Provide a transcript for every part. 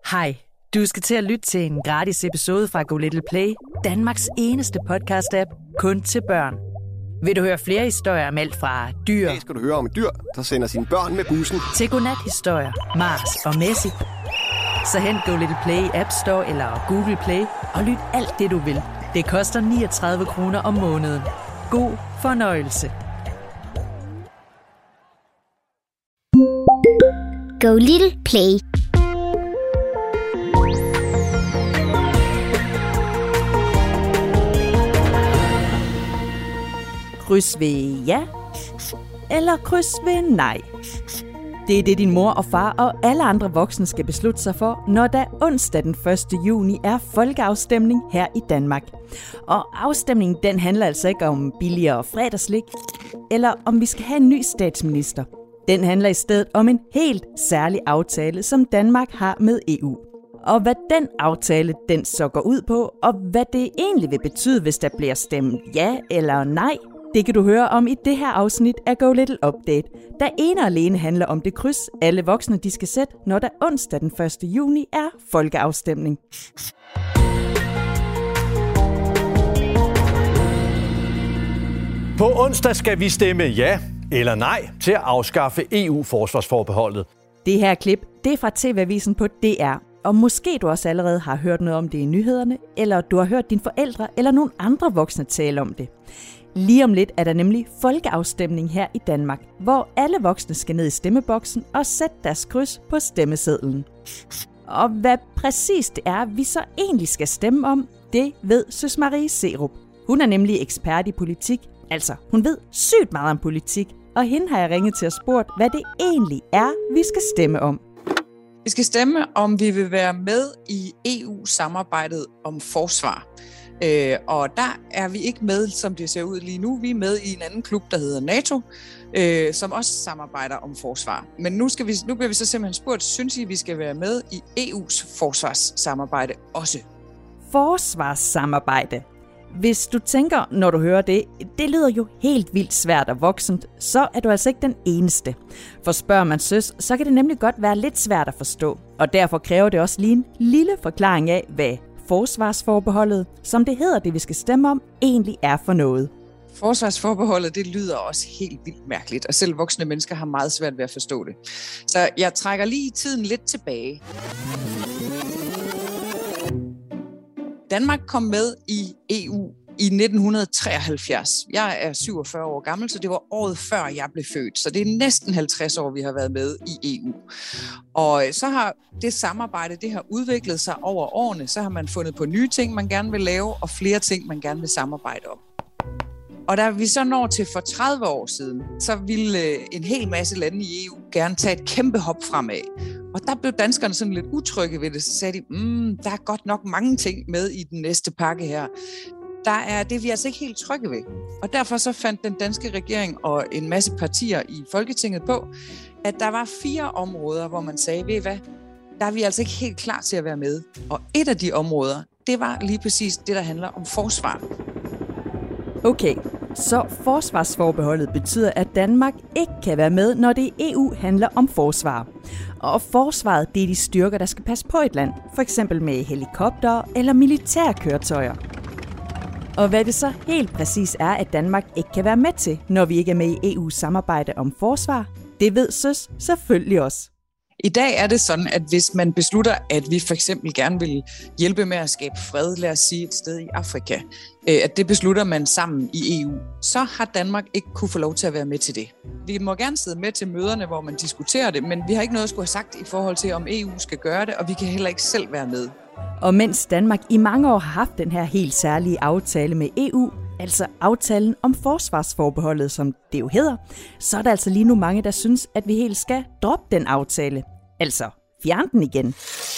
Hej, du skal til at lytte til en gratis episode fra Go Little Play, Danmarks eneste podcast-app kun til børn. Vil du høre flere historier om alt fra dyr... Skal du høre om et dyr, der sender sine børn med bussen? ...til godnat-historier, Mars og Messi. Så hent Go Little Play App Store eller Google Play og lyt alt det, du vil. Det koster 39 kroner om måneden. God fornøjelse. Go Little Play. Kryds ved ja, eller kryds ved nej. Det er det, din mor og far og alle andre voksne skal beslutte sig for, når der onsdag den 1. juni er folkeafstemning her i Danmark. Og afstemningen den handler altså ikke om billigere fredagslik, eller om vi skal have en ny statsminister. Den handler i stedet om en helt særlig aftale, som Danmark har med EU. Og hvad den aftale den så går ud på, og hvad det egentlig vil betyde, hvis der bliver stemt ja eller nej, det kan du høre om i det her afsnit af Go Little Update, der ene og alene handler om det kryds, alle voksne de skal sætte, når der onsdag den 1. juni er folkeafstemning. På onsdag skal vi stemme ja eller nej til at afskaffe EU-forsvarsforbeholdet. Det her klip, det er fra TV-avisen på DR. Og måske du også allerede har hørt noget om det i nyhederne, eller du har hørt dine forældre eller nogle andre voksne tale om det. Lige om lidt er der nemlig folkeafstemning her i Danmark, hvor alle voksne skal ned i stemmeboksen og sætte deres kryds på stemmesedlen. Og hvad præcis det er, vi så egentlig skal stemme om, det ved Søs Marie Serup. Hun er nemlig ekspert i politik, altså hun ved sygt meget om politik, og hende har jeg ringet til og spurgt, hvad det egentlig er, vi skal stemme om. Vi skal stemme, om vi vil være med i EU-samarbejdet om forsvar. Og der er vi ikke med, som det ser ud lige nu. Vi er med i en anden klub, der hedder NATO, som også samarbejder om forsvar. Men nu bliver vi så simpelthen spurgt, synes I, vi skal være med i EU's forsvarssamarbejde også? Forsvarssamarbejde. Hvis du tænker, når du hører det, det lyder jo helt vildt svært og voksent, så er du altså ikke den eneste. For spørger man søs, så kan det nemlig godt være lidt svært at forstå. Og derfor kræver det også lige en lille forklaring af, hvad forsvarsforbeholdet, som det hedder det vi skal stemme om, egentlig er for noget. Forsvarsforbeholdet, det lyder også helt vildt mærkeligt, og selv voksne mennesker har meget svært ved at forstå det. Så jeg trækker lige tiden lidt tilbage. Danmark kom med i EU i 1973. Jeg er 47 år gammel, så det var året før jeg blev født. Så det er næsten 50 år, vi har været med i EU. Og så har det samarbejde, det har udviklet sig over årene. Så har man fundet på nye ting, man gerne vil lave, og flere ting, man gerne vil samarbejde om. Og da vi så når til for 30 år siden, så ville en hel masse lande i EU gerne tage et kæmpe hop fremad. Og der blev danskerne sådan lidt utrygge ved det. Så sagde de, der er godt nok mange ting med i den næste pakke her. Det er vi altså ikke helt trygge ved. Og derfor så fandt den danske regering og en masse partier i Folketinget på, at der var 4 områder, hvor man sagde, ved I hvad, der er vi altså ikke helt klar til at være med. Og et af de områder, det var lige præcis det, der handler om forsvar. Okay, så forsvarsforbeholdet betyder, at Danmark ikke kan være med, når det i EU handler om forsvar. Og forsvaret, det er de styrker, der skal passe på et land, for eksempel med helikoptere eller militærkøretøjer. Og hvad det så helt præcis er, at Danmark ikke kan være med til, når vi ikke er med i EU's samarbejde om forsvar, det ved Søs selvfølgelig også. I dag er det sådan, at hvis man beslutter, at vi for eksempel gerne vil hjælpe med at skabe fred, lad os sige et sted i Afrika, at det beslutter man sammen i EU, så har Danmark ikke kunne få lov til at være med til det. Vi må gerne sidde med til møderne, hvor man diskuterer det, men vi har ikke noget at skulle have sagt i forhold til, om EU skal gøre det, og vi kan heller ikke selv være med. Og mens Danmark i mange år har haft den her helt særlige aftale med EU, altså aftalen om forsvarsforbeholdet, som det jo hedder, så er der altså lige nu mange, der synes, at vi helt skal droppe den aftale. Altså fjerne den igen.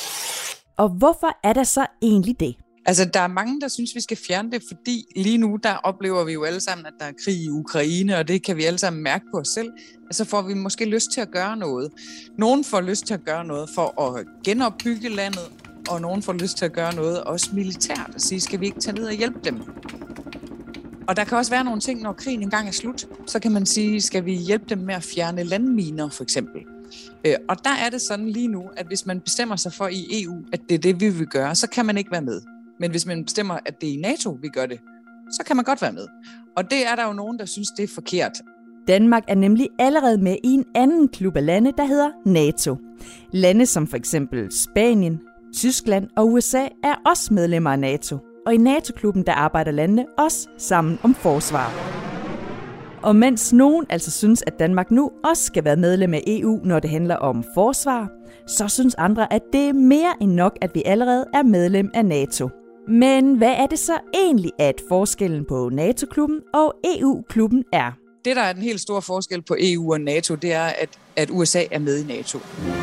Og hvorfor er der så egentlig det? Altså, der er mange, der synes, vi skal fjerne det, fordi lige nu, der oplever vi jo alle sammen, at der er krig i Ukraine, og det kan vi alle sammen mærke på os selv. Så får vi måske lyst til at gøre noget. Nogen får lyst til at gøre noget for at genopbygge landet, og nogen får lyst til at gøre noget også militært og sige, skal vi ikke tage ned og hjælpe dem? Og der kan også være nogle ting, når krigen engang er slut, så kan man sige, skal vi hjælpe dem med at fjerne landminer for eksempel? Og der er det sådan lige nu, at hvis man bestemmer sig for i EU, at det er det, vi vil gøre, så kan man ikke være med. Men hvis man bestemmer, at det er i NATO, vi gør det, så kan man godt være med. Og det er der jo nogen, der synes, det er forkert. Danmark er nemlig allerede med i en anden klub af lande, der hedder NATO. Lande som for eksempel Spanien, Tyskland og USA er også medlemmer af NATO. Og i NATO-klubben der arbejder landene også sammen om forsvar. Og mens nogen altså synes, at Danmark nu også skal være medlem af EU, når det handler om forsvar, så synes andre, at det er mere end nok, at vi allerede er medlem af NATO. Men hvad er det så egentlig, at forskellen på NATO-klubben og EU-klubben er? Det, der er den helt store forskel på EU og NATO, det er, at USA er med i NATO.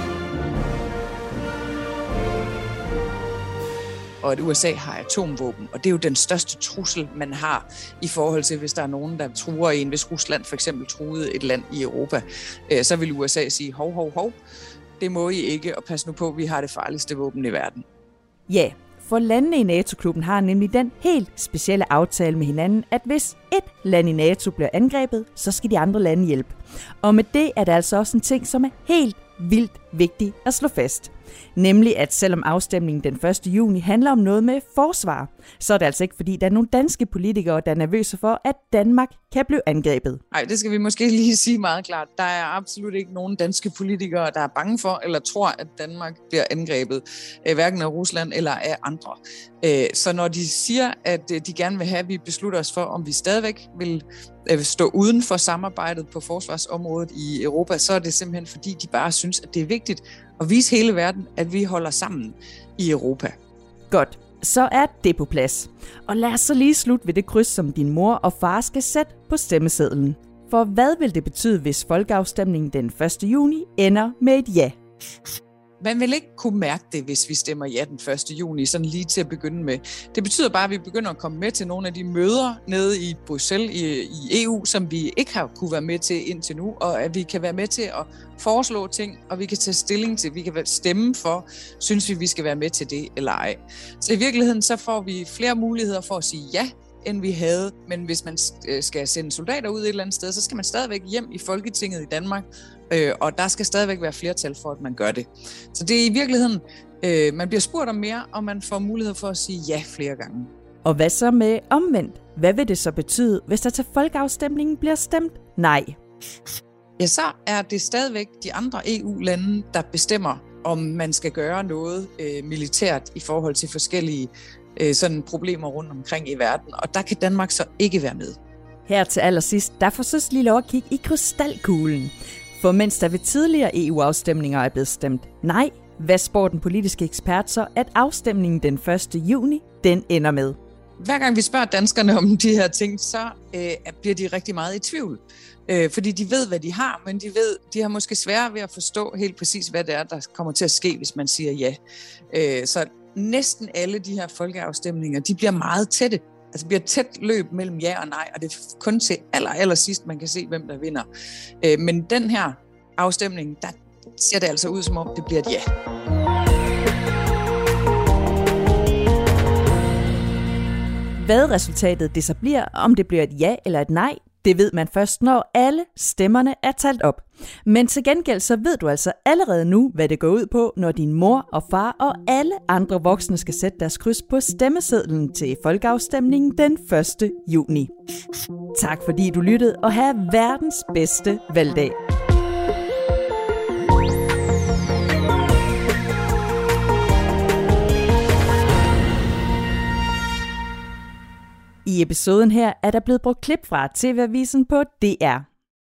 Og at USA har atomvåben, og det er jo den største trussel, man har i forhold til, hvis der er nogen, der truer en. Hvis Rusland for eksempel truede et land i Europa, så vil USA sige, hov, det må I ikke, og pas nu på, vi har det farligste våben i verden. Ja, for landene i NATO-klubben har nemlig den helt specielle aftale med hinanden, at hvis et land i NATO bliver angrebet, så skal de andre lande hjælpe. Og med det er der altså også en ting, som er helt vildt vigtigt at slå fast. Nemlig at selvom afstemningen den 1. juni handler om noget med forsvar, så er det altså ikke fordi, der er nogle danske politikere, der er nervøse for, at Danmark kan blive angrebet. Nej, det skal vi måske lige sige meget klart. Der er absolut ikke nogen danske politikere, der er bange for eller tror, at Danmark bliver angrebet, hverken af Rusland eller af andre. Så når de siger, at de gerne vil have, at vi beslutter os for, om vi stadigvæk vil stå uden for samarbejdet på forsvarsområdet i Europa, så er det simpelthen fordi, de bare synes, at det er vigtigt at vise hele verden, at vi holder sammen i Europa. Godt, så er det på plads. Og lad os så lige slutte ved det kryds, som din mor og far skal sætte på stemmesedlen. For hvad vil det betyde, hvis folkeafstemningen den 1. juni ender med et ja? Man vil ikke kunne mærke det, hvis vi stemmer ja den 1. juni, sådan lige til at begynde med. Det betyder bare, at vi begynder at komme med til nogle af de møder nede i Bruxelles i EU, som vi ikke har kunne være med til indtil nu, og at vi kan være med til at foreslå ting, og vi kan tage stilling til, vi kan stemme for, synes vi skal være med til det eller ej. Så i virkeligheden så får vi flere muligheder for at sige ja, end vi havde, men hvis man skal sende soldater ud et eller andet sted, så skal man stadigvæk hjem i Folketinget i Danmark, og der skal stadigvæk være flertal for, at man gør det. Så det er i virkeligheden, man bliver spurgt om mere, og man får mulighed for at sige ja flere gange. Og hvad så med omvendt? Hvad vil det så betyde, hvis der til folkeafstemningen bliver stemt nej? Ja, så er det stadigvæk de andre EU-lande, der bestemmer, om man skal gøre noget militært i forhold til forskellige sådan problemer rundt omkring i verden, og der kan Danmark så ikke være med. Her til allersidst, der får så lige lov at kigge i krystalkuglen. For mens der ved tidligere EU-afstemninger er blevet stemt nej, hvad spår den politiske ekspert så, at afstemningen den 1. juni, den ender med? Hver gang vi spørger danskerne om de her ting, så bliver de rigtig meget i tvivl. Fordi de ved, hvad de har, men de har måske sværere ved at forstå helt præcis, hvad det er, der kommer til at ske, hvis man siger ja. Så næsten alle de her folkeafstemninger, de bliver meget tætte. Altså det bliver tæt løb mellem ja og nej, og det er kun til allersidst, man kan se, hvem der vinder. Men den her afstemning, der ser det altså ud, som om det bliver et ja. Hvad resultatet det så bliver, om det bliver et ja eller et nej, det ved man først, når alle stemmerne er talt op. Men til gengæld så ved du altså allerede nu, hvad det går ud på, når din mor og far og alle andre voksne skal sætte deres kryds på stemmesedlen til folkeafstemningen den 1. juni. Tak fordi du lyttede, og have verdens bedste valgdag. I episoden her er der blevet brugt klip fra TV-avisen på DR.